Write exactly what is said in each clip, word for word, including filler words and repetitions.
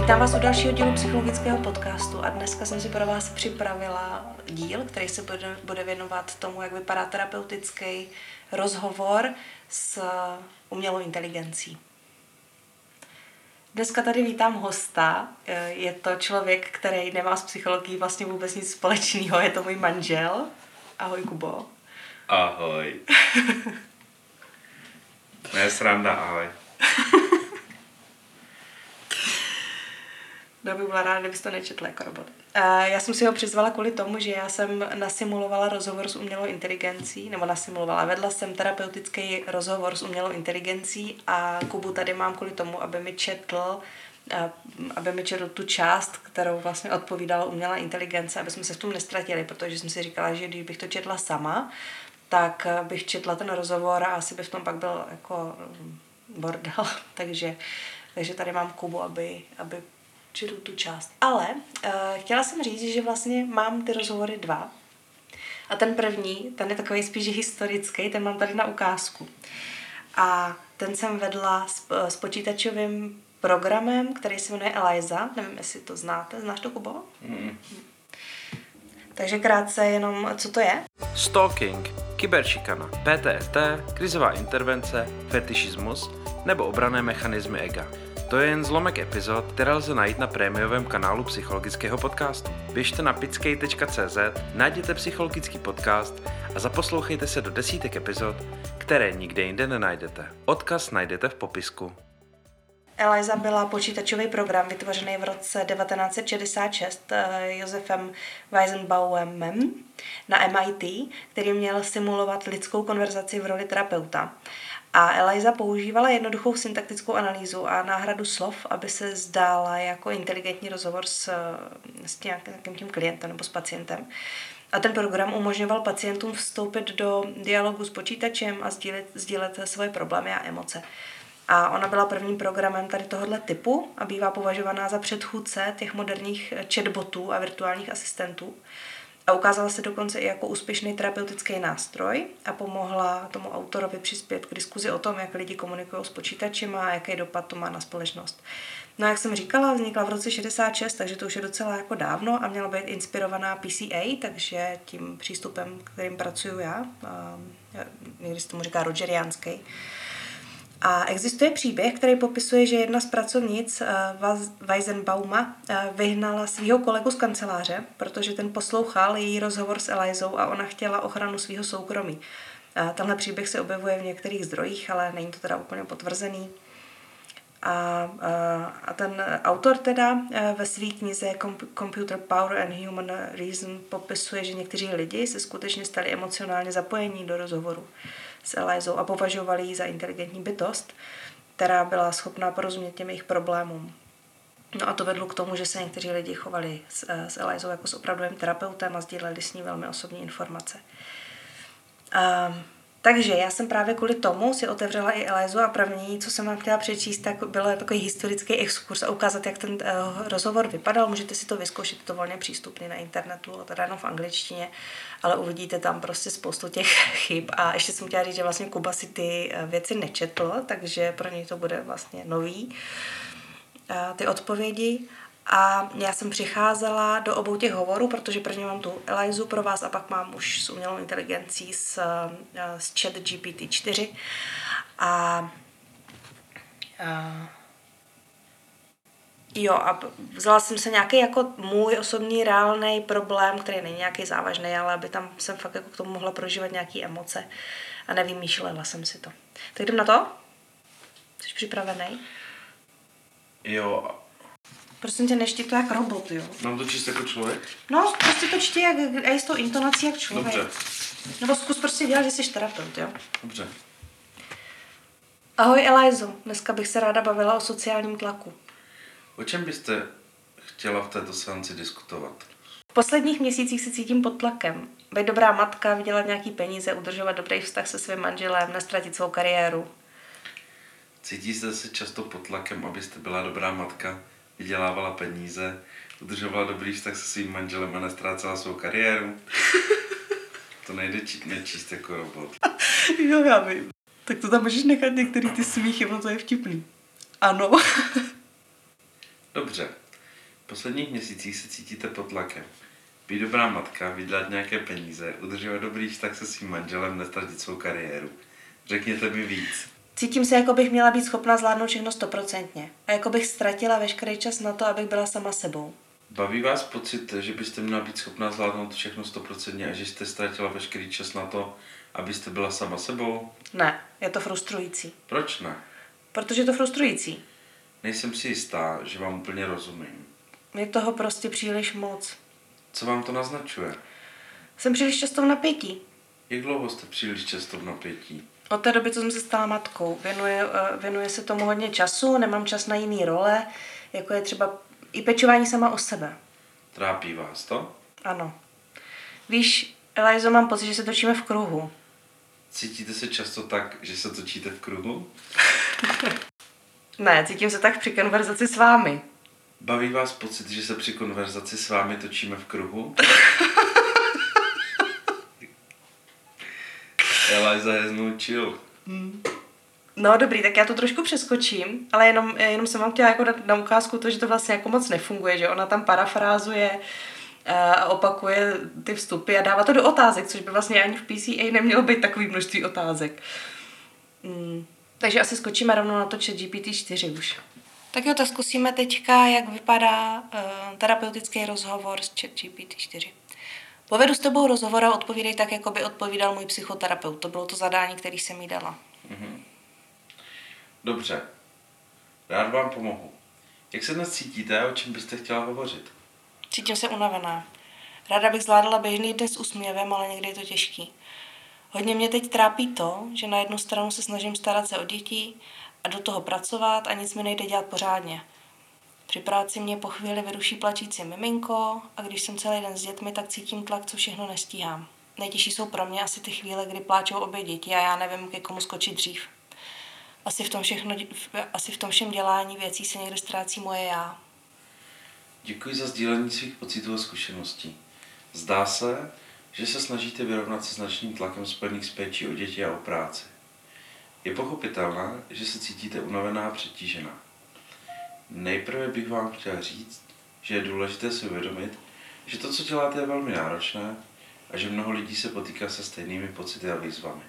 Vítám vás u dalšího dílu psychologického podcastu a dneska jsem si pro vás připravila díl, který se bude, bude věnovat tomu, jak vypadá terapeutický rozhovor s umělou inteligencí. Dneska tady vítám hosta, je to člověk, který nemá s psychologií vlastně vůbec nic společného, je to můj manžel. Ahoj, Kubo. Ahoj. Ne, sranda, ahoj. No, bych byla ráda, kdybys to nečetl jako robot. Já jsem si ho přizvala kvůli tomu, že já jsem nasimulovala rozhovor s umělou inteligencí, nebo nasimulovala, vedla jsem terapeutický rozhovor s umělou inteligencí a Kubu tady mám kvůli tomu, aby mi četl, aby mi četl tu část, kterou vlastně odpovídala umělá inteligence, aby jsme se v tom nestratili, protože jsem si říkala, že když bych to četla sama, tak bych četla ten rozhovor a asi by v tom pak byl jako bordel, takže, takže tady mám Kubu, aby, aby četl tu část. Ale uh, chtěla jsem říct, že vlastně mám ty rozhovory dva. A ten první, ten je takový spíš historický, ten mám tady na ukázku. A ten jsem vedla s, s počítačovým programem, který se jmenuje Eliza. Nevím, jestli to znáte. Znáš to, Kubo? Mm. Takže krátce jenom, co to je? Stalking, kyberšikana, P T S D, krizová intervence, fetišismus nebo obranné mechanismy ega. To je jen zlomek epizod, které lze najít na prémiovém kanálu psychologického podcastu. Běžte na pickej tečka cé zet, najděte psychologický podcast a zaposlouchejte se do desítek epizod, které nikde jinde nenajdete. Odkaz najdete v popisku. Eliza byla počítačový program vytvořený v roce devatenáct set šedesát šest Josefem Weizenbaumem na M I T, který měl simulovat lidskou konverzaci v roli terapeuta. A Eliza používala jednoduchou syntaktickou analýzu a náhradu slov, aby se zdála jako inteligentní rozhovor s, s nějakým tím klientem nebo s pacientem. A ten program umožňoval pacientům vstoupit do dialogu s počítačem a sdílet, sdílet svoje problémy a emoce. A ona byla prvním programem tady tohohle typu a bývá považovaná za předchůdce těch moderních chatbotů a virtuálních asistentů. A ukázala se dokonce i jako úspěšný terapeutický nástroj a pomohla tomu autorovi přispět k diskuzi o tom, jak lidi komunikují s počítačem a jaký dopad to má na společnost. No jak jsem říkala, vznikla v roce šedesát šest, takže to už je docela jako dávno a měla být inspirovaná P C A, takže tím přístupem, kterým pracuju já, někdy se tomu říká rogeriánský. A existuje příběh, který popisuje, že jedna z pracovnic uh, Weizenbauma uh, vyhnala svého kolegu z kanceláře, protože ten poslouchal její rozhovor s Elizou a ona chtěla ochranu svého soukromí. Uh, tenhle příběh se objevuje v některých zdrojích, ale není to teda úplně potvrzený. A, uh, a ten autor teda uh, ve své knize Computer Power and Human Reason popisuje, že někteří lidi se skutečně stali emocionálně zapojení do rozhovoru s Elizou a považovali ji za inteligentní bytost, která byla schopná porozumět těm jejich problémům. No a to vedlo k tomu, že se někteří lidi chovali s, s Elizou jako s opravdovým terapeutem a sdíleli s ní velmi osobní informace. A, takže já jsem právě kvůli tomu si otevřela i Elizu a první, co jsem vám chtěla přečíst, tak byl takový historický exkurs a ukázat, jak ten uh, rozhovor vypadal. Můžete si to vyzkoušet, to volně přístupný na internetu, teda jenom v angličtině, ale uvidíte tam prostě spoustu těch chyb. A ještě jsem chtěla říct, že vlastně Kuba si ty věci nečetl, takže pro něj to bude vlastně nový, uh, ty odpovědi. A já jsem přicházela do obou těch hovorů, protože prvně mám tu Elizu pro vás a pak mám už s umělou inteligencí s, s Chat G P T čtyři. A, a jo, a vzala jsem se nějaký jako můj osobní reálný problém, který není nějaký závažný, ale aby tam jsem fakt jako k tomu mohla prožívat nějaké emoce a nevymýšlela jsem si to. Tak jdem na to? Jsi připravený? Jo. Prosím tě, nečti to jak robot, jo? Mám to číst jako člověk? No, prostě to čti jak, a s tou intonací jak člověk. Dobře. Nebo zkus prostě dělat, že jsi terapeut, jo? Dobře. Ahoj Elizo, dneska bych se ráda bavila o sociálním tlaku. O čem byste chtěla v této seanci diskutovat? V posledních měsících se cítím pod tlakem. Být dobrá matka, vydělat nějaký peníze, udržovat dobrý vztah se svým manželem, nestratit svou kariéru. Cítíte se často pod tlakem, abyste byla dobrá matka, vydělávala peníze, udržovala dobrý vztah se svým manželem a nestrácela svou kariéru? To nejde či- nečíst jako robot. Jo, já vím. Tak to tam můžeš nechat některý ty smíchy, ono to je vtipný. Ano. Dobře. V posledních měsících se cítíte pod tlakem. Být dobrá matka, vydělat nějaké peníze, udržovat dobrý vztah se svým manželem, nestratit svou kariéru. Řekněte mi víc. Cítím se, jako bych měla být schopná zvládnout všechno stoprocentně. A jako bych ztratila veškerý čas na to, abych byla sama sebou. Baví vás pocit, že byste měla být schopná zvládnout všechno stoprocentně a že jste ztratila veškerý čas na to, abyste byla sama sebou? Ne, je to frustrující. Proč ne? Protože je to frustrující. Nejsem si jistá, že vám úplně rozumím. Je toho prostě příliš moc. Co vám to naznačuje? Jsem příliš často v napětí. Jak dlouho jste příliš často v napětí? Od té doby, co jsem se stala matkou, věnuje, věnuje se tomu hodně času, nemám čas na jiný role, jako je třeba i pečování sama o sebe. Trápí vás to? Ano. Víš, Elizo, mám pocit, že se točíme v kruhu. Cítíte se často tak, že se točíte v kruhu? Ne, cítím se tak při konverzaci s vámi. Baví vás pocit, že se při konverzaci s vámi točíme v kruhu? Eliza je znoučil. Hmm. No dobrý, tak já to trošku přeskočím, ale jenom, jenom jsem vám chtěla jako dát na ukázku to, že to vlastně jako moc nefunguje, že ona tam parafrázuje a opakuje ty vstupy a dává to do otázek, což by vlastně ani v P C A nemělo být takový množství otázek. Hmm. Takže asi skočíme rovnou na to ChatGPT čtyři už. Tak jo, tak zkusíme teďka, jak vypadá uh, terapeutický rozhovor s ChatGPT čtyři. Povedu s tebou rozhovor a odpovídej tak, jako by odpovídal můj psychoterapeut. To bylo to zadání, který jsem jí dala. Mhm. Dobře. Rád vám pomohu. Jak se dnes cítíte a o čem byste chtěla hovořit? Cítím se unavená. Ráda bych zvládala běžný den s úsměvem, ale někdy je to těžký. Hodně mě teď trápí to, že na jednu stranu se snažím starat se o děti a do toho pracovat a nic mi nejde dělat pořádně. Při práci mě po chvíli vyruší plačící miminko a když jsem celý den s dětmi, tak cítím tlak, co všechno nestíhám. Nejtěžší jsou pro mě asi ty chvíle, kdy pláčou obě děti a já nevím, ke komu skočit dřív. Asi v tom, všechno, asi v tom všem dělání věcí se někde ztrácí moje já. Děkuji za sdílení svých pocitů a zkušeností. Zdá se, že se snažíte vyrovnat se značným tlakem spojených s péčí o děti a o práci. Je pochopitelné, že se cítíte unavená a přetížená. Nejprve bych vám chtěl říct, že je důležité si uvědomit, že to, co děláte, je velmi náročné a že mnoho lidí se potýká se stejnými pocity a výzvami.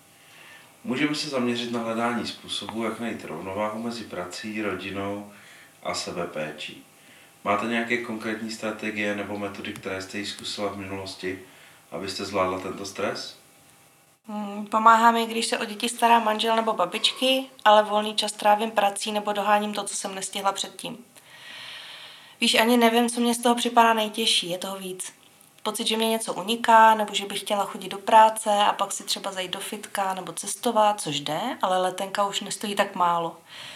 Můžeme se zaměřit na hledání způsobů, jak najít rovnováhu mezi prací, rodinou a sebepéčí. Máte nějaké konkrétní strategie nebo metody, které jste již zkusila v minulosti, abyste zvládla tento stres? Hmm, pomáhá mi, když se o děti stará manžel nebo babičky, ale volný čas trávím prací nebo doháním to, co jsem nestihla předtím. Víš, ani nevím, co mě z toho připadá nejtěžší, je toho víc. Pocit, že mě něco uniká, nebo že bych chtěla chodit do práce a pak si třeba zajít do fitka nebo cestovat, což jde, ale letenka už nestojí tak málo,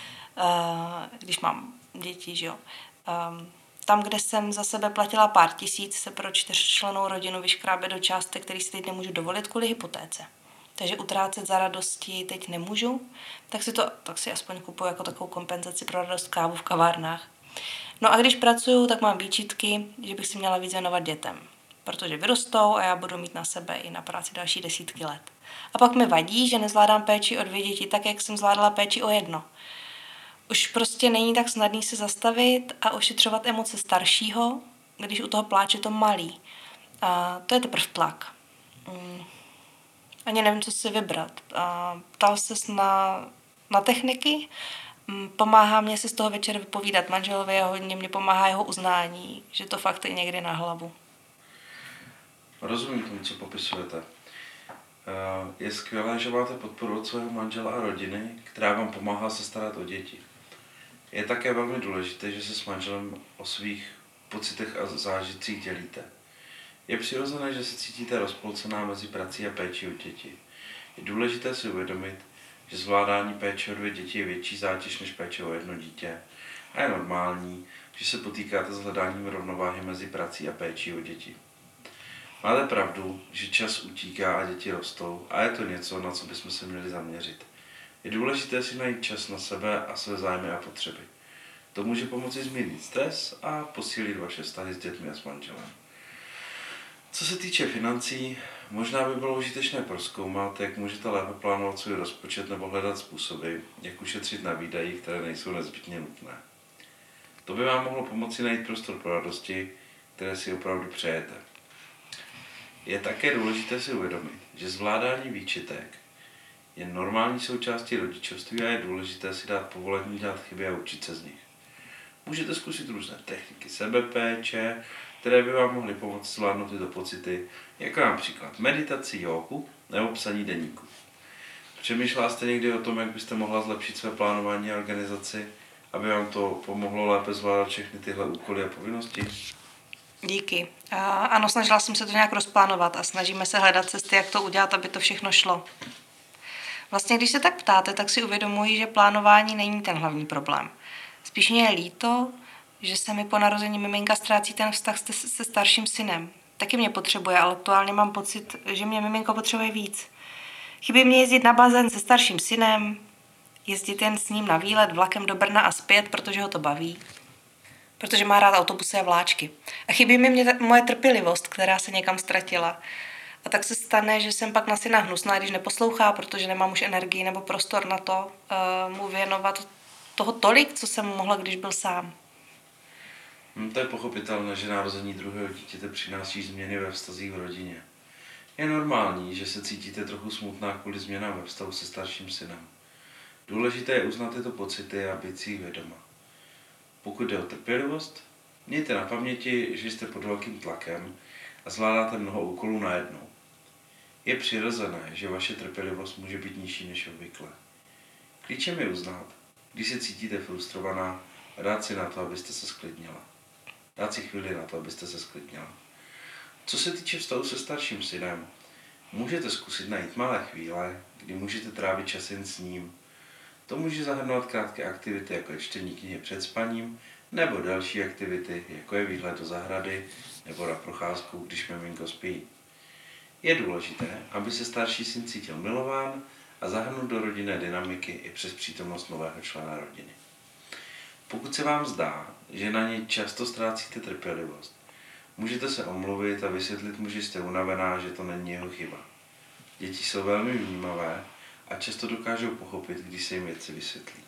uh, když mám děti, že jo. Um, Tam, kde jsem za sebe platila pár tisíc, se pro čtyřčlennou rodinu vyškrábe do částek, který si teď nemůžu dovolit kvůli hypotéce. Takže utrácet za radosti teď nemůžu, tak si to tak si aspoň kupuju jako takovou kompenzaci pro radost kávu v kavárnách. No a když pracuju, tak mám výčitky, že bych si měla víc věnovat dětem, protože vyrostou a já budu mít na sebe i na práci další desítky let. A pak mi vadí, že nezvládám péči o dvě děti tak, jak jsem zvládala péči o jedno. Už prostě není tak snadný se zastavit a ošetřovat emoce staršího, když u toho pláče to malý. A to je teprve tlak. Mm. Ani nevím, co si vybrat. A ptal ses na, na techniky. Mm, pomáhá mě si z toho večer vypovídat manželovi a hodně mě pomáhá jeho uznání, že to fakt je někdy na hlavu. Rozumím tomu, co popisujete. Je skvělé, že máte podporu od svého manžela a rodiny, která vám pomáhá se starat o děti. Je také velmi důležité, že se s manželem o svých pocitech a zážitcích dělíte. Je přirozené, že se cítíte rozpolcená mezi prací a péčí o děti. Je důležité si uvědomit, že zvládání péče o dvě děti je větší zátěž než péče o jedno dítě a je normální, že se potýkáte s hledáním rovnováhy mezi prací a péčí o děti. Máte pravdu, že čas utíká a děti rostou a je to něco, na co bychom se měli zaměřit. Je důležité si najít čas na sebe a své zájmy a potřeby. To může pomoci zmírnit stres a posílit vaše vztahy s dětmi a s manželem. Co se týče financí, možná by bylo užitečné prozkoumat, jak můžete lépe plánovat svůj rozpočet nebo hledat způsoby, jak ušetřit na výdaji, které nejsou nezbytně nutné. To by vám mohlo pomoci najít prostor pro radosti, které si opravdu přejete. Je také důležité si uvědomit, že zvládání výčitek je normální součástí rodičovství a je důležité si dát povolení dělat chyby a učit se z nich. Můžete zkusit různé techniky sebepéče, které by vám mohly pomoct zvládnout tyto pocity, jako například meditaci, jógu nebo psaní deníku. Přemýšlela jste někdy o tom, jak byste mohla zlepšit své plánování a organizaci, aby vám to pomohlo lépe zvládat všechny tyhle úkoly a povinnosti? Díky. A ano, snažila jsem se to nějak rozplánovat a snažíme se hledat cesty, jak to udělat, aby to všechno šlo. Vlastně, když se tak ptáte, tak si uvědomuji, že plánování není ten hlavní problém. Spíš mě je líto, že se mi po narození miminka ztrácí ten vztah se starším synem. Taky mě potřebuje, ale aktuálně mám pocit, že mě miminko potřebuje víc. Chybí mě jezdit na bazén se starším synem, jezdit jen s ním na výlet vlakem do Brna a zpět, protože ho to baví. Protože má rád autobusy a vláčky. A chybí mi mě t- moje trpělivost, která se někam ztratila. A tak se stane, že jsem pak na syna hnusná, když neposlouchá, protože nemám už energii nebo prostor na to uh, mu věnovat toho tolik, co jsem mohla, když byl sám. Hmm, to je pochopitelné, že narození druhého dítěte přináší změny ve vztazích v rodině. Je normální, že se cítíte trochu smutná kvůli změnám ve vztahu se starším synem. Důležité je uznat tyto pocity a být si jich vědoma. Pokud jde o trpělivost, mějte na paměti, že jste pod velkým tlakem a zvládáte mnoho úkolů najednou. Je přirozené, že vaše trpělivost může být nižší než obvykle. Klíčem je uznat, když se cítíte frustrovaná, a dát si na to, abyste se sklidnila. Dát si chvíli na to, abyste se sklidnila. Co se týče vztahu se starším synem, můžete zkusit najít malé chvíle, kdy můžete trávit čas jen s ním. To může zahrnovat krátké aktivity, jako je čtení knihy před spaním, nebo další aktivity, jako je výhled do zahrady nebo na procházku, když miminko spí. Je důležité, aby se starší syn cítil milován a zahrnut do rodinné dynamiky i přes přítomnost nového člena rodiny. Pokud se vám zdá, že na něj často ztrácíte trpělivost, můžete se omluvit a vysvětlit mu, že jste unavená, že to není jeho chyba. Děti jsou velmi vnímavé a často dokážou pochopit, když se jim věci vysvětlí.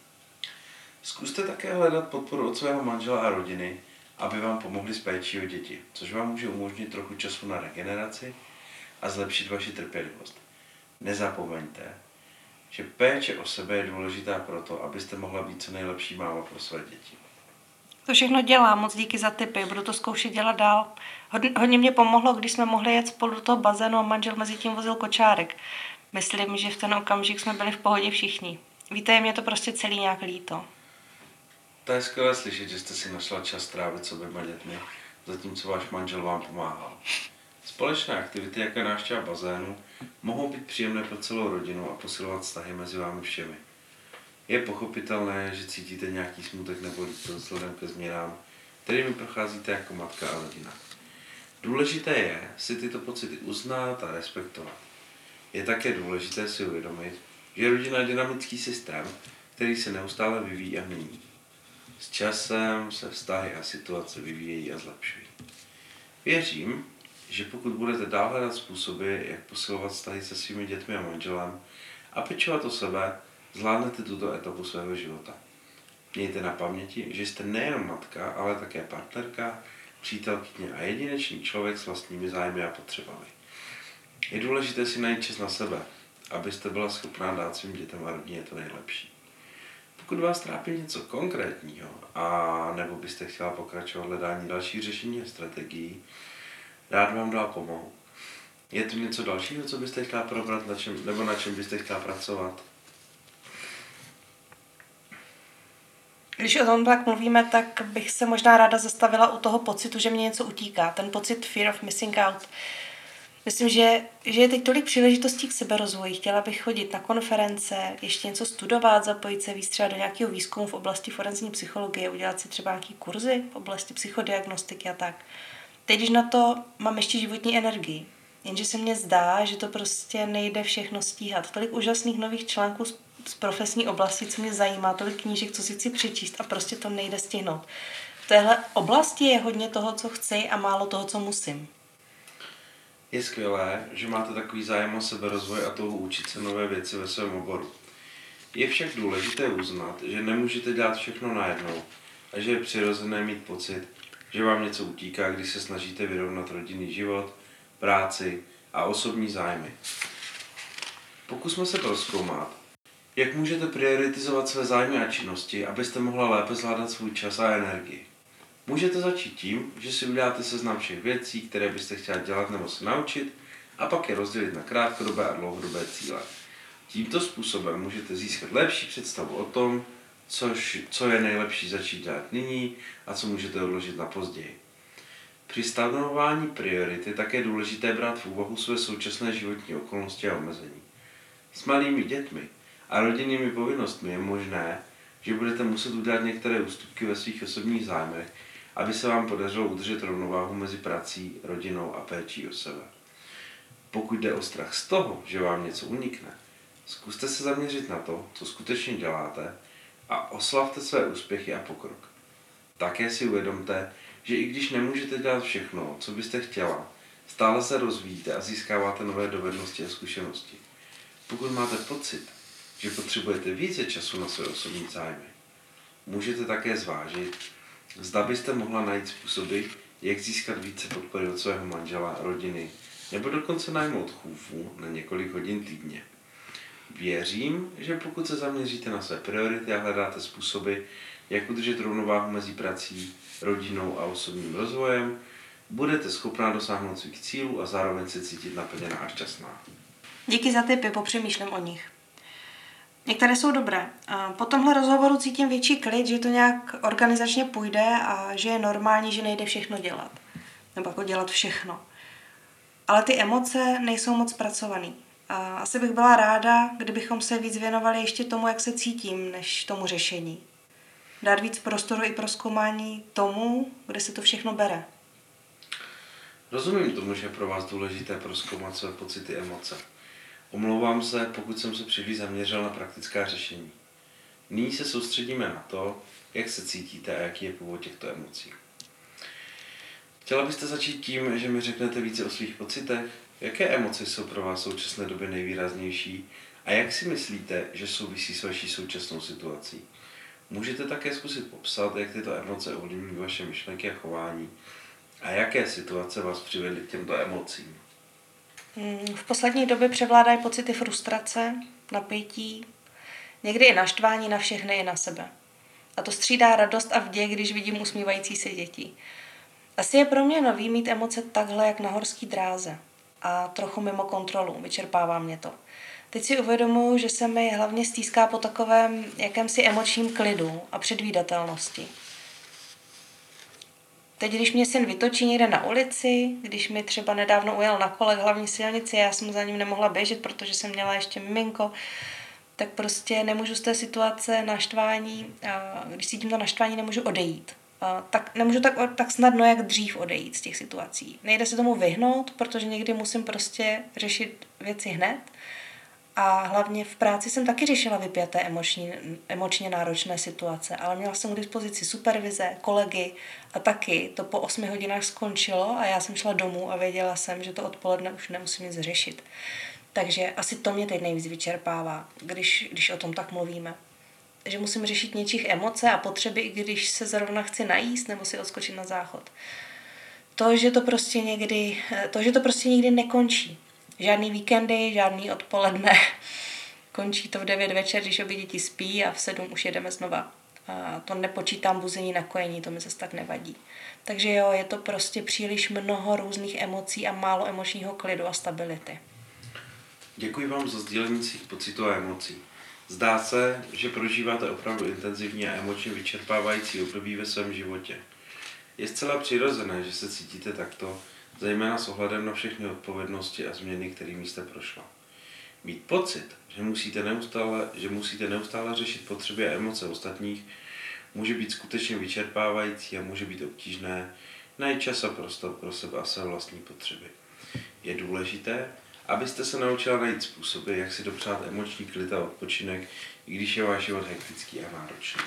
Zkuste také hledat podporu od svého manžela a rodiny, aby vám pomohli s péčí o děti, což vám může umožnit trochu času na regeneraci a zlepšit vaši trpělivost. Nezapomeňte, že péče o sebe je důležitá proto, abyste mohla být co nejlepší máma pro své děti. To všechno dělám, moc díky za tipy, budu to zkoušet dělat dál. Hodně, hodně mě pomohlo, když jsme mohli jet spolu do toho bazénu a manžel mezi tím vozil kočárek. Myslím, že v ten okamžik jsme byli v pohodě všichni. Víte, je mě to prostě celý nějak líto. To je skvělé slyšet, že jste si našla čas trávit s oběma dětmi, zatímco váš manžel vám pomáhal. Společné aktivity, jako je návštěva bazénu, mohou být příjemné pro celou rodinu a posilovat vztahy mezi vámi všemi. Je pochopitelné, že cítíte nějaký smutek nebo lítost vzhledem ke změnám, kterými procházíte jako matka a rodina. Důležité je si tyto pocity uznat a respektovat. Je také důležité si uvědomit, že rodina je dynamický systém, který se neustále vyvíjí a mění. S časem se vztahy a situace vyvíjejí a zlepšují. Věřím, že pokud budete dál hledat způsoby, jak posilovat vztahy se svými dětmi a manželem a pečovat o sebe, zvládnete tuto etapu svého života. Mějte na paměti, že jste nejen matka, ale také partnerka, přítelkyně a jedinečný člověk s vlastními zájmy a potřebami. Je důležité si najít čas na sebe, abyste byla schopná dát svým dětem a rodině to nejlepší. Pokud vás trápí něco konkrétního a nebo byste chtěla pokračovat hledání dalších řešení a strategií, rád vám dál pomohu. Je to něco dalšího, co byste chtěla probrat, na čem, nebo na čem byste chtěla pracovat? Když o tom tak mluvíme, tak bych se možná ráda zastavila u toho pocitu, že mě něco utíká. Ten pocit fear of missing out. Myslím, že, že je teď tolik příležitostí k seberozvoji. Chtěla bych chodit na konference, ještě něco studovat, zapojit se víc třeba do nějakého výzkumu v oblasti forenzní psychologie, udělat si třeba nějaký kurzy v oblasti psychodiagnostiky a tak. Teď, když na to mám ještě životní energii, jenže se mně zdá, že to prostě nejde všechno stíhat. Tolik úžasných nových článků z, z profesní oblasti, co mě zajímá, tolik knížek, co si chci přečíst a prostě to nejde stihnout. V téhle oblasti je hodně toho, co chci a málo toho, co musím. Je skvělé, že máte takový zájem o seberozvoj a touhu učit se nové věci ve svém oboru. Je však důležité uznat, že nemůžete dělat všechno najednou a že je přirozené mít pocit, že vám něco utíká, když se snažíte vyrovnat rodinný život, práci a osobní zájmy. Pokusme se prozkoumat, jak můžete prioritizovat své zájmy a činnosti, abyste mohla lépe zvládat svůj čas a energii. Můžete začít tím, že si uděláte seznam všech věcí, které byste chtěla dělat nebo se naučit, a pak je rozdělit na krátkodobé a dlouhodobé cíle. Tímto způsobem můžete získat lepší představu o tom, což, co je nejlepší začít dělat nyní a co můžete odložit na později. Při stanovování priorit je také důležité brát v úvahu své současné životní okolnosti a omezení. S malými dětmi a rodinnými povinnostmi je možné, že budete muset udělat některé ústupky ve svých osobních zájmech, aby se vám podařilo udržet rovnováhu mezi prací, rodinou a péčí o sebe. Pokud jde o strach z toho, že vám něco unikne, zkuste se zaměřit na to, co skutečně děláte, a oslavte své úspěchy a pokrok. Také si uvědomte, že i když nemůžete dělat všechno, co byste chtěla, stále se rozvíjíte a získáváte nové dovednosti a zkušenosti. Pokud máte pocit, že potřebujete více času na své osobní zájmy, můžete také zvážit, zda byste mohla najít způsoby, jak získat více podpory od svého manžela, rodiny, nebo dokonce najmout chůvu na několik hodin týdně. Věřím, že pokud se zaměříte na své priority a hledáte způsoby, jak udržet rovnováhu mezi prací, rodinou a osobním rozvojem, budete schopná dosáhnout svých cílů a zároveň se cítit naplněná a šťastná. Díky za tipy, popřemýšlím o nich. Některé jsou dobré. Po tomhle rozhovoru cítím větší klid, že to nějak organizačně půjde a že je normální, že nejde všechno dělat. Nebo jako dělat všechno. Ale ty emoce nejsou moc zpracovaný. A asi bych byla ráda, kdybychom se víc věnovali ještě tomu, jak se cítím, než tomu řešení. Dát víc prostoru i pro zkoumání tomu, kde se to všechno bere. Rozumím tomu, že je pro vás důležité prozkoumat své pocity, emoce. Omlouvám se, pokud jsem se příliš zaměřil na praktická řešení. Nyní se soustředíme na to, jak se cítíte a jaký je původ těchto emocí. Chtěla byste začít tím, že mi řeknete více o svých pocitech? Jaké emoce jsou pro vás v současné době nejvýraznější a jak si myslíte, že souvisí s vaší současnou situací? Můžete také zkusit popsat, jak tyto emoce ovlivňují vaše myšlenky a chování a jaké situace vás přivedly k těmto emocím. V poslední době převládají pocity frustrace, napětí, někdy i naštvání na všechny i na sebe. A to střídá radost a vděk, když vidím usmívající se děti. Asi je pro mě nový mít emoce takhle, jak na horský dráze. A trochu mimo kontrolu, vyčerpává mě to. Teď si uvědomuji, že se mi hlavně stýská po takovém jakémsi emočním klidu a předvídatelnosti. Teď, když mě syn vytočí někde na ulici, když mi třeba nedávno ujel na kole k hlavní silnici, já jsem za ním nemohla běžet, protože jsem měla ještě miminko, tak prostě nemůžu z té situace naštvání, když cítím to naštvání, nemůžu odejít. Tak nemůžu tak, tak snadno, jak dřív odejít z těch situací. Nejde se tomu vyhnout, protože někdy musím prostě řešit věci hned. A hlavně v práci jsem taky řešila vypjaté emoční, emočně náročné situace, ale měla jsem k dispozici supervize, kolegy a taky to po osmi hodinách skončilo a já jsem šla domů a věděla jsem, že to odpoledne už nemusím nic řešit. Takže asi to mě teď nejvíc vyčerpává, když, když o tom tak mluvíme. Že musím řešit něčích emoce a potřeby, i když se zrovna chci najíst nebo si odskočit na záchod. To, že to prostě někdy, to, že to prostě nikdy nekončí. Žádný víkendy, žádný odpoledne. Končí to v devět večer, když obě děti spí a v sedm už jedeme znova. A to nepočítám buzení na kojení, to mi zase tak nevadí. Takže jo, je to prostě příliš mnoho různých emocí a málo emočního klidu a stability. Děkuji vám za sdílení svých pocitů a emocí. Zdá se, že prožíváte opravdu intenzivní a emočně vyčerpávající období ve svém životě. Je zcela přirozené, že se cítíte takto, zejména s ohledem na všechny odpovědnosti a změny, kterými jste prošla. Mít pocit, že musíte neustále, že musíte neustále řešit potřeby a emoce ostatních, může být skutečně vyčerpávající a může být obtížné najít čas a prostor pro sebe a své vlastní potřeby. Je důležité, abyste se naučila najít způsoby, jak si dopřát emoční klid a odpočinek, i když je váš život hektický a náročný.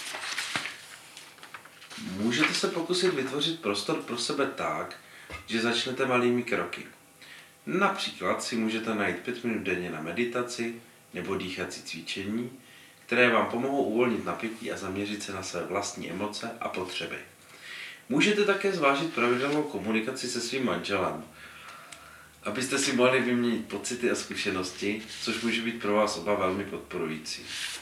Můžete se pokusit vytvořit prostor pro sebe tak, že začnete malými kroky. Například si můžete najít pět minut denně na meditaci nebo dýchací cvičení, které vám pomohou uvolnit napětí a zaměřit se na své vlastní emoce a potřeby. Můžete také zvážit pravidelnou komunikaci se svým manželem, abyste si mohli vyměnit pocity a zkušenosti, což může být pro vás oba velmi podporující.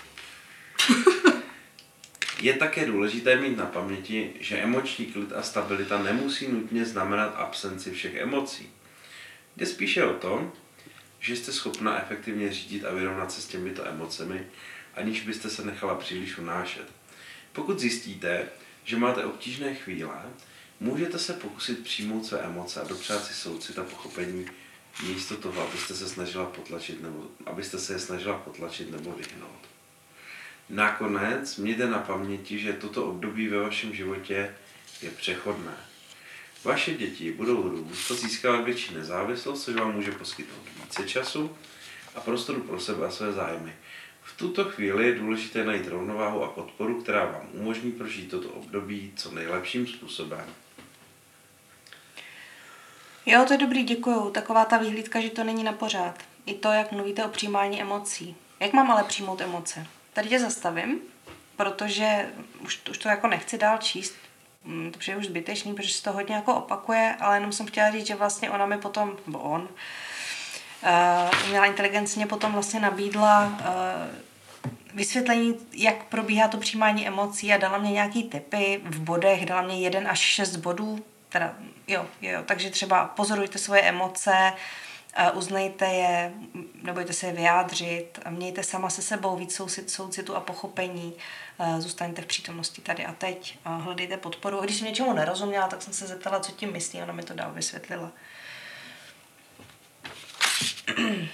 Je také důležité mít na paměti, že emoční klid a stabilita nemusí nutně znamenat absenci všech emocí. Jde spíše o to, že jste schopna efektivně řídit a vyrovnat se s těmito emocemi, aniž byste se nechala příliš unášet. Pokud zjistíte, že máte obtížné chvíle, můžete se pokusit přijmout své emoce a dopřát si soucit a pochopení místo toho, abyste se snažila potlačit nebo abyste se je snažila potlačit nebo vyhnout. Nakonec mějte na paměti, že toto období ve vašem životě je přechodné. Vaše děti budou růst a získávat větší nezávislost, což vám může poskytnout více času a prostoru pro sebe a své zájmy. V tuto chvíli je důležité najít rovnováhu a podporu, která vám umožní prožít toto období co nejlepším způsobem. Jo, to je dobrý, děkuju. Taková ta výhlídka, že to není na pořád. I to, jak mluvíte o přijímání emocí. Jak mám ale přijmout emoce? Tady tě zastavím, protože už, už to jako nechci dál číst, to přijde už zbytečný, protože se to hodně jako opakuje, ale jenom jsem chtěla říct, že vlastně ona mi potom, nebo on, uh, umělá inteligence mě potom vlastně nabídla uh, vysvětlení, jak probíhá to přijímání emocí a dala mě nějaký tipy v bodech, dala mě jeden až šest bodů, teda jo, jo, takže třeba pozorujte svoje emoce, uh, uznejte je, nebojte se je vyjádřit, mějte sama se sebou víc soucit, soucitu a pochopení, uh, zůstaňte v přítomnosti tady a teď, uh, hledejte podporu. Když jsem něčemu nerozuměla, tak jsem se zeptala, co tím myslí, ona mi to dál vysvětlila. uh,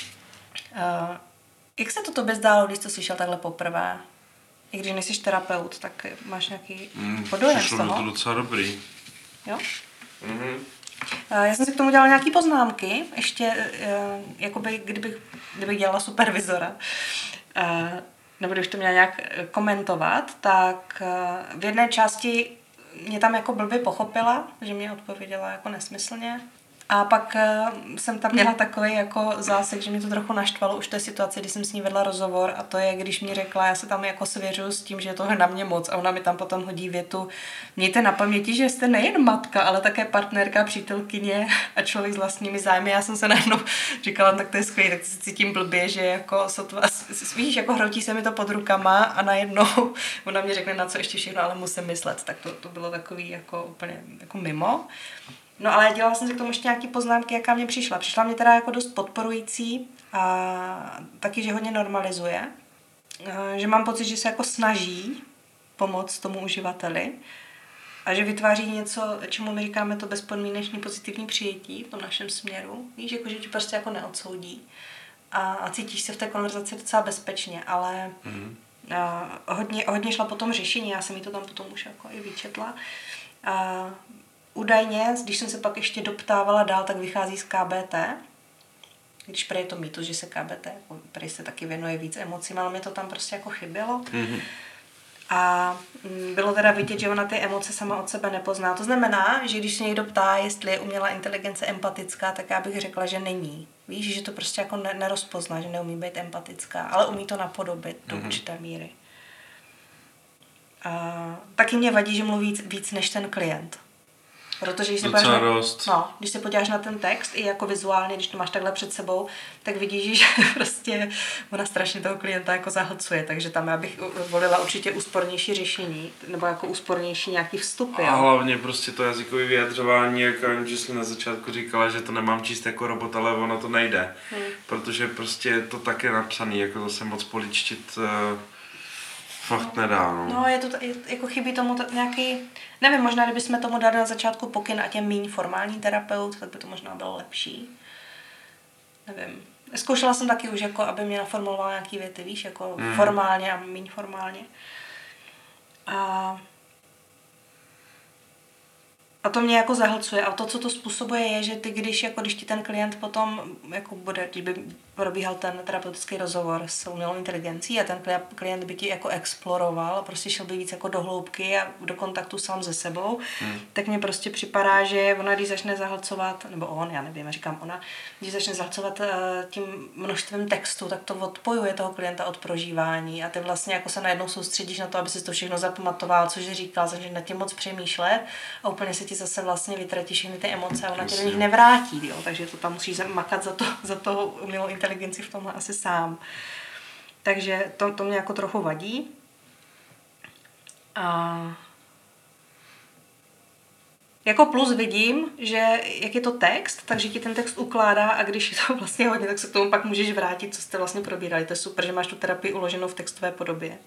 jak se to tobě zdálo, když to slyšel takhle poprvé? I když nejsi terapeut, tak máš nějaký mm, podojem z přišlo mi toho? to docela dobrý. Jo? Mm-hmm. Já jsem si k tomu dělala nějaký poznámky, ještě jakoby, kdybych, kdybych dělala supervizora, nebo když to měla nějak komentovat, tak v jedné části mě tam jako blbě pochopila, že mě odpověděla jako nesmyslně. A pak jsem tam měla takový jako zásek, že mě to trochu naštvalo už v té situaci, kdy jsem s ní vedla rozhovor, a to je, když mi řekla, já se tam jako svěřuju s tím, že je toho na mě moc, a ona mi tam potom hodí větu: mějte na paměti, že jste nejen matka, ale také partnerka, přítelkyně a člověk s vlastními zájmy. Já jsem se najednou říkala, tak to je skvělé, tak se cítím blbě, že jako sotva, víš, jako hroutí se mi to pod rukama a najednou ona mi řekne, na co ještě všechno, ale musím myslet. Tak to, to bylo takový jako úplně jako mimo. No ale dělala jsem si k tomu ještě nějaký poznámky, jaká mě přišla. Přišla mě teda jako dost podporující a taky, že hodně normalizuje. Že mám pocit, že se jako snaží pomoct tomu uživateli a že vytváří něco, čemu my říkáme to bezpodmínečný pozitivní přijetí v tom našem směru. Víš, jako, že ti prostě jako neodsoudí a, a cítíš se v té konverzaci docela bezpečně, ale mm. a, hodně, hodně šla po tom řešení, já jsem jí to tam potom už jako i vyčetla. A, údajně, když jsem se pak ještě doptávala dál, tak vychází z K B T, když prý je to mýtus, že se K B T, prý se taky věnuje víc emocím, ale mě to tam prostě jako chybělo. Mm-hmm. A bylo teda vidět, že ona ty emoce sama od sebe nepozná. To znamená, že když se někdo ptá, jestli je umělá inteligence empatická, tak já bych řekla, že není. Víš, že to prostě jako nerozpozná, že neumí být empatická, ale umí to napodobit do mm-hmm. určité míry. A taky mě vadí, že mluví víc, víc než ten klient. Protože když se, podíváš na, no, když se podíváš na ten text i jako vizuálně, když to máš takhle před sebou, tak vidíš, že prostě ona strašně toho klienta jako zahlcuje, takže tam já bych volila určitě úspornější řešení, nebo jako úspornější nějaký vstupy. A hlavně prostě to jazykové vyjadřování, jak že jsi na začátku říkala, že to nemám číst jako robot, ale ono to nejde, hmm. protože prostě to tak je napsaný, jako to se moc poličtit fakt nedá, no. No, je to t- je, jako chybí tomu t- nějaký, nevím, možná kdybychom tomu dali na začátku pokyn a těm míň formální terapeut, tak by to možná bylo lepší. Nevím. Zkoušela jsem taky už, jako, aby mě naformulovala nějaký věty, víš, jako mm. formálně a míň formálně. A, A to mě jako zahlcuje. A to, co to způsobuje, je, že ty, když, jako, když ti ten klient potom, jako bude, když by probíhal ten terapeutický rozhovor s umělou inteligencí a ten klient by ti jako exploroval, prostě šel by víc jako do hloubky a do kontaktu sám se sebou, hmm. tak mně prostě připadá, že ona, když začne zahlcovat, nebo on, já nevím, já říkám ona, když začne zahlcovat uh, tím množstvím textu, tak to odpojuje toho klienta od prožívání a ty vlastně jako se najednou soustředíš na to, aby si to všechno zapamatoval, což říkal, začneš nad tím moc přemýšlet a úplně se ti zase vlastně vytratí všechny ty emoce a ona tě do nich nevrátí, jo? Takže to tam musíš makat za to, za toho umělou inteligenci v tomhle asi sám. Takže to, to mě jako trochu vadí. A jako plus vidím, že jak je to text, takže ti ten text ukládá a když je to vlastně hodně, tak se k tomu pak můžeš vrátit, co jste vlastně probírali. To je super, že máš tu terapii uloženou v textové podobě.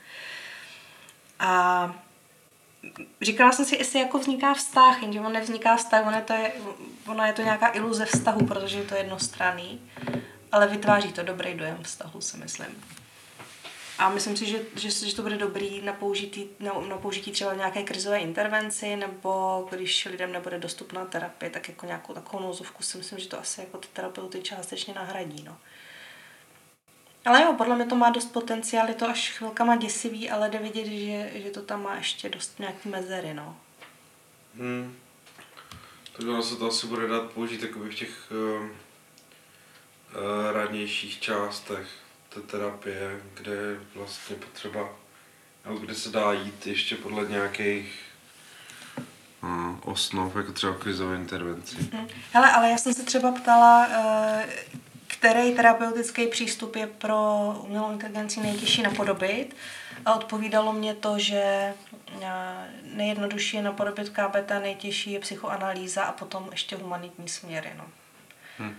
A říkala jsem si, jestli jako vzniká vztah, jenže on nevzniká vztah, ona je to, je, ona je to nějaká iluze vztahu, protože je to jednostranný, ale vytváří to dobrý dojem vztahu, si myslím. A myslím si, že, že, že to bude dobrý na použití, na, na použití třeba v nějaké krizové intervenci, nebo když lidem nebude dostupná terapie, tak jako nějakou takovou nouzovku si myslím, že to asi jako ty terapeuty částečně nahradí, no. Ale jo, podle mě to má dost potenciál, je to až chvilkama děsivý, ale jde vidět, že, že to tam má ještě dost nějaký mezery, no. Hmm. Takže ono se to asi bude dát použít v těch uh, uh, ranějších částech té terapie, kde je vlastně potřeba, nebo kde se dá jít ještě podle nějakých hmm, osnov, jako třeba krizové intervenci. Hmm. Hele, ale já jsem se třeba ptala, uh, který terapeutický přístup je pro umělou inteligenci nejtěžší napodobit a odpovídalo mě to, že nejjednodušší je napodobit K B T, nejtěžší je psychoanalýza a potom ještě humanitní směry. No. Hmm.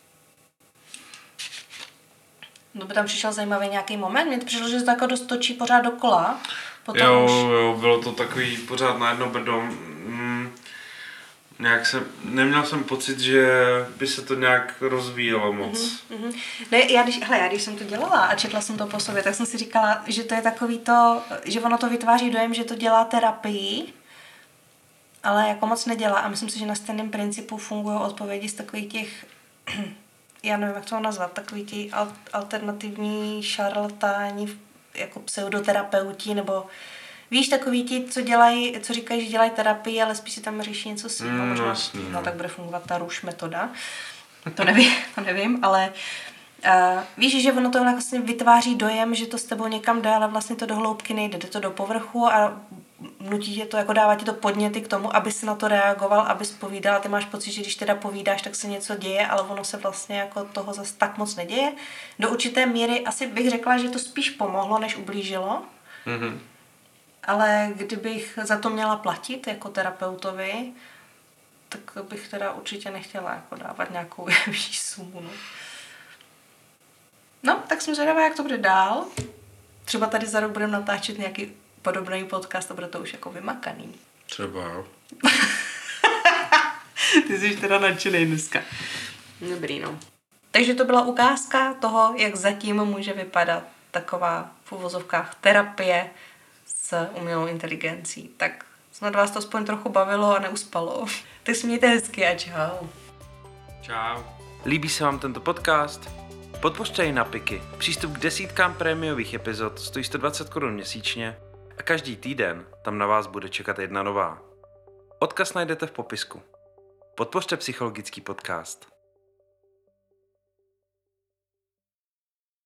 No by tam přišel zajímavý nějaký moment, mě to přišlo, že se to jako dost točí pořád dokola. Potom jo, už... jo, bylo to takový pořád na jedno brdo. Mm. Nějak jsem, neměl jsem pocit, že by se to nějak rozvíjelo moc. Mm-hmm. Ne, já když, hele, já když jsem to dělala a četla jsem to po sobě, tak jsem si říkala, že to je takový to, že ono to vytváří dojem, že to dělá terapii, ale jako moc nedělá. A myslím si, že na stejném principu fungují odpovědi z takových těch, já nevím, jak to nazvat, takový těch alternativní šarlatáni, jako pseudoterapeuti, nebo víš, takový ti, co dělají, co říkají, že dělají terapii, ale spíš si tam řeší něco svýho. Mm, možná, jasný, no tak bude fungovat ta ruš metoda. To nevím, to nevím, ale uh, víš, že ono to vlastně vytváří dojem, že to s tebou někam jde, ale vlastně to do hloubky nejde, jde to do povrchu a nutí tě to, jako dává ti to podněty k tomu, aby si na to reagoval, aby povídal. A ty máš pocit, že když teda povídáš, tak se něco děje, ale ono se vlastně jako toho zase tak moc neděje. Do určité míry asi bych řekla, že to spíš pomohlo, než ublížilo. Mm-hmm. Ale kdybych za to měla platit jako terapeutovi, tak bych teda určitě nechtěla jako dávat nějakou vyšší sumu. No. no, tak jsem zvědavá, jak to bude dál. Třeba tady za rok budeme natáčet nějaký podobný podcast a bude to už jako vymakaný. Třeba, jo. Ty jsi teda nadšenej dneska. Dobrý, no. Takže to byla ukázka toho, jak zatím může vypadat taková v uvozovkách terapie s umělou inteligencí. Tak snad vás to aspoň trochu bavilo a neuspalo. Tak se mějte hezky a čau. Čau. Líbí se vám tento podcast? Podpořte jej na Piky. Přístup k desítkám prémiových epizod stojí sto dvacet korun měsíčně a každý týden tam na vás bude čekat jedna nová. Odkaz najdete v popisku. Podpořte psychologický podcast.